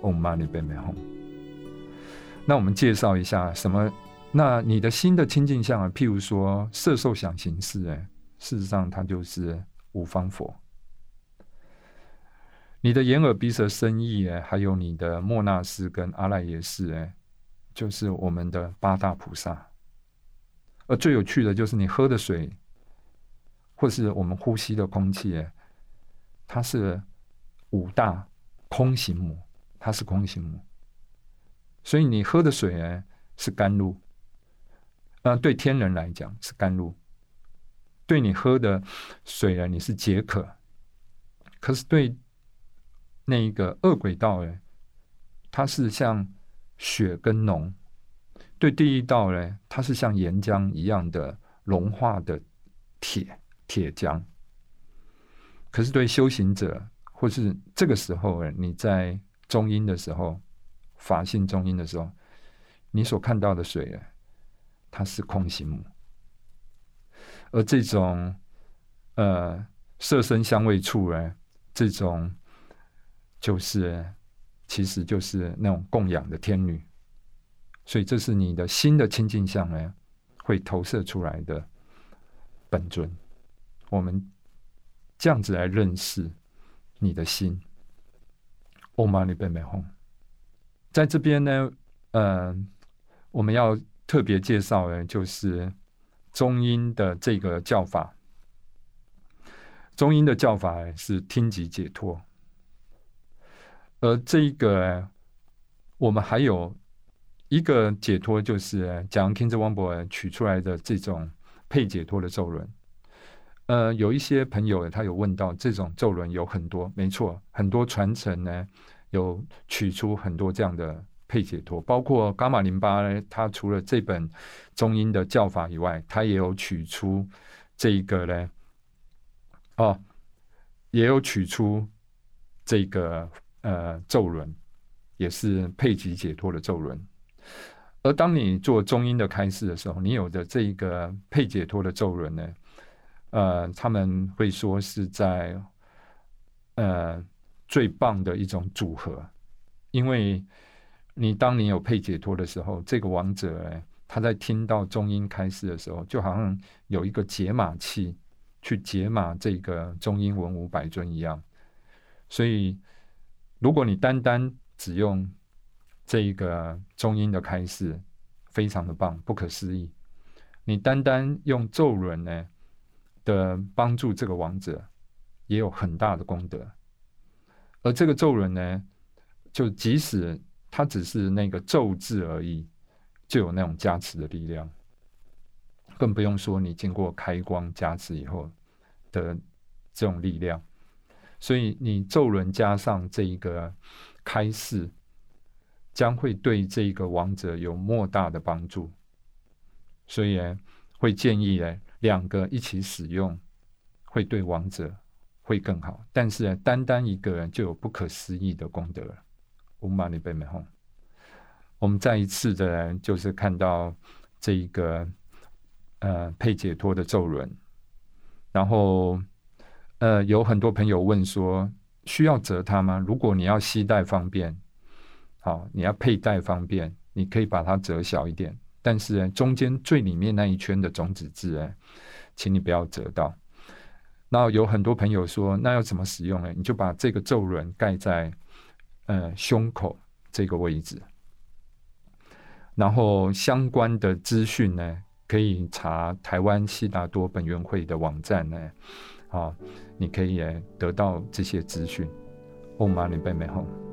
Om Mani Padme Hum。那我们介绍一下什么？那你的心的清净相啊，譬如说色受想行识，事实上它就是五方佛。你的眼耳鼻舌身意，还有你的莫那识跟阿赖耶识，就是我们的八大菩萨。而最有趣的就是你喝的水，或是我们呼吸的空气，它是五大空行母，它是空行母。所以你喝的水是甘露，对天人来讲是甘露，对你喝的水呢，你是解渴。可是对那一个恶鬼道它是像血跟脓；对地狱道呢，它是像岩浆一样的融化的铁浆。可是对修行者，或是这个时候你在中阴的时候，法性中阴的时候，你所看到的水它是空行母。而这种色身香味触这种其实就是那种供养的天女。所以这是你的心的清净相会投射出来的本尊。我们这样子来认识你的心。Om Mani Padme Hum。在这边呢，我们要特别介绍就是中阴的这个教法。中阴的教法是听即解脱，而这个我们还有一个解脱，就是讲 King 王伯取出来的这种配解脱的咒轮。有一些朋友他有问到，这种咒轮有很多，没错，很多传承呢有取出很多这样的配解脱，包括伽玛林巴呢，他除了这本中阴的教法以外，他也有取出这一个呢，也有取出这个咒轮，也是配即解脱的咒轮。而当你做中阴的开示的时候，你有的这一个配解脱的咒轮呢，他们会说是在最棒的一种组合。因为当你有配解脱的时候，这个王者他在听到中阴开示的时候，就好像有一个解码器去解码这个中阴文武百尊一样。所以如果你单单只用这一个中阴的开示，非常的棒，不可思议。你单单用咒轮的帮助这个王者，也有很大的功德。而这个咒轮呢，就即使它只是那个咒字而已，就有那种加持的力量，更不用说你经过开光加持以后的这种力量。所以你咒轮加上这一个开示，将会对这个王者有莫大的帮助。所以会建议两个一起使用，会对王者会更好。但是单单一个人就有不可思议的功德了。Om Mani Padme Hum。我们再一次的就是看到这一个配解脱的咒轮。然后有很多朋友问说，需要折它吗？如果你要携带方便，好，你要佩戴方便，你可以把它折小一点。但是中间最里面那一圈的种子字请你不要折到。那有很多朋友说，那要怎么使用呢？你就把这个咒轮盖在胸口这个位置。然后相关的资讯呢，可以查台湾悉达多本愿会的网站你可以得到这些资讯。Om Mani Padme Hum。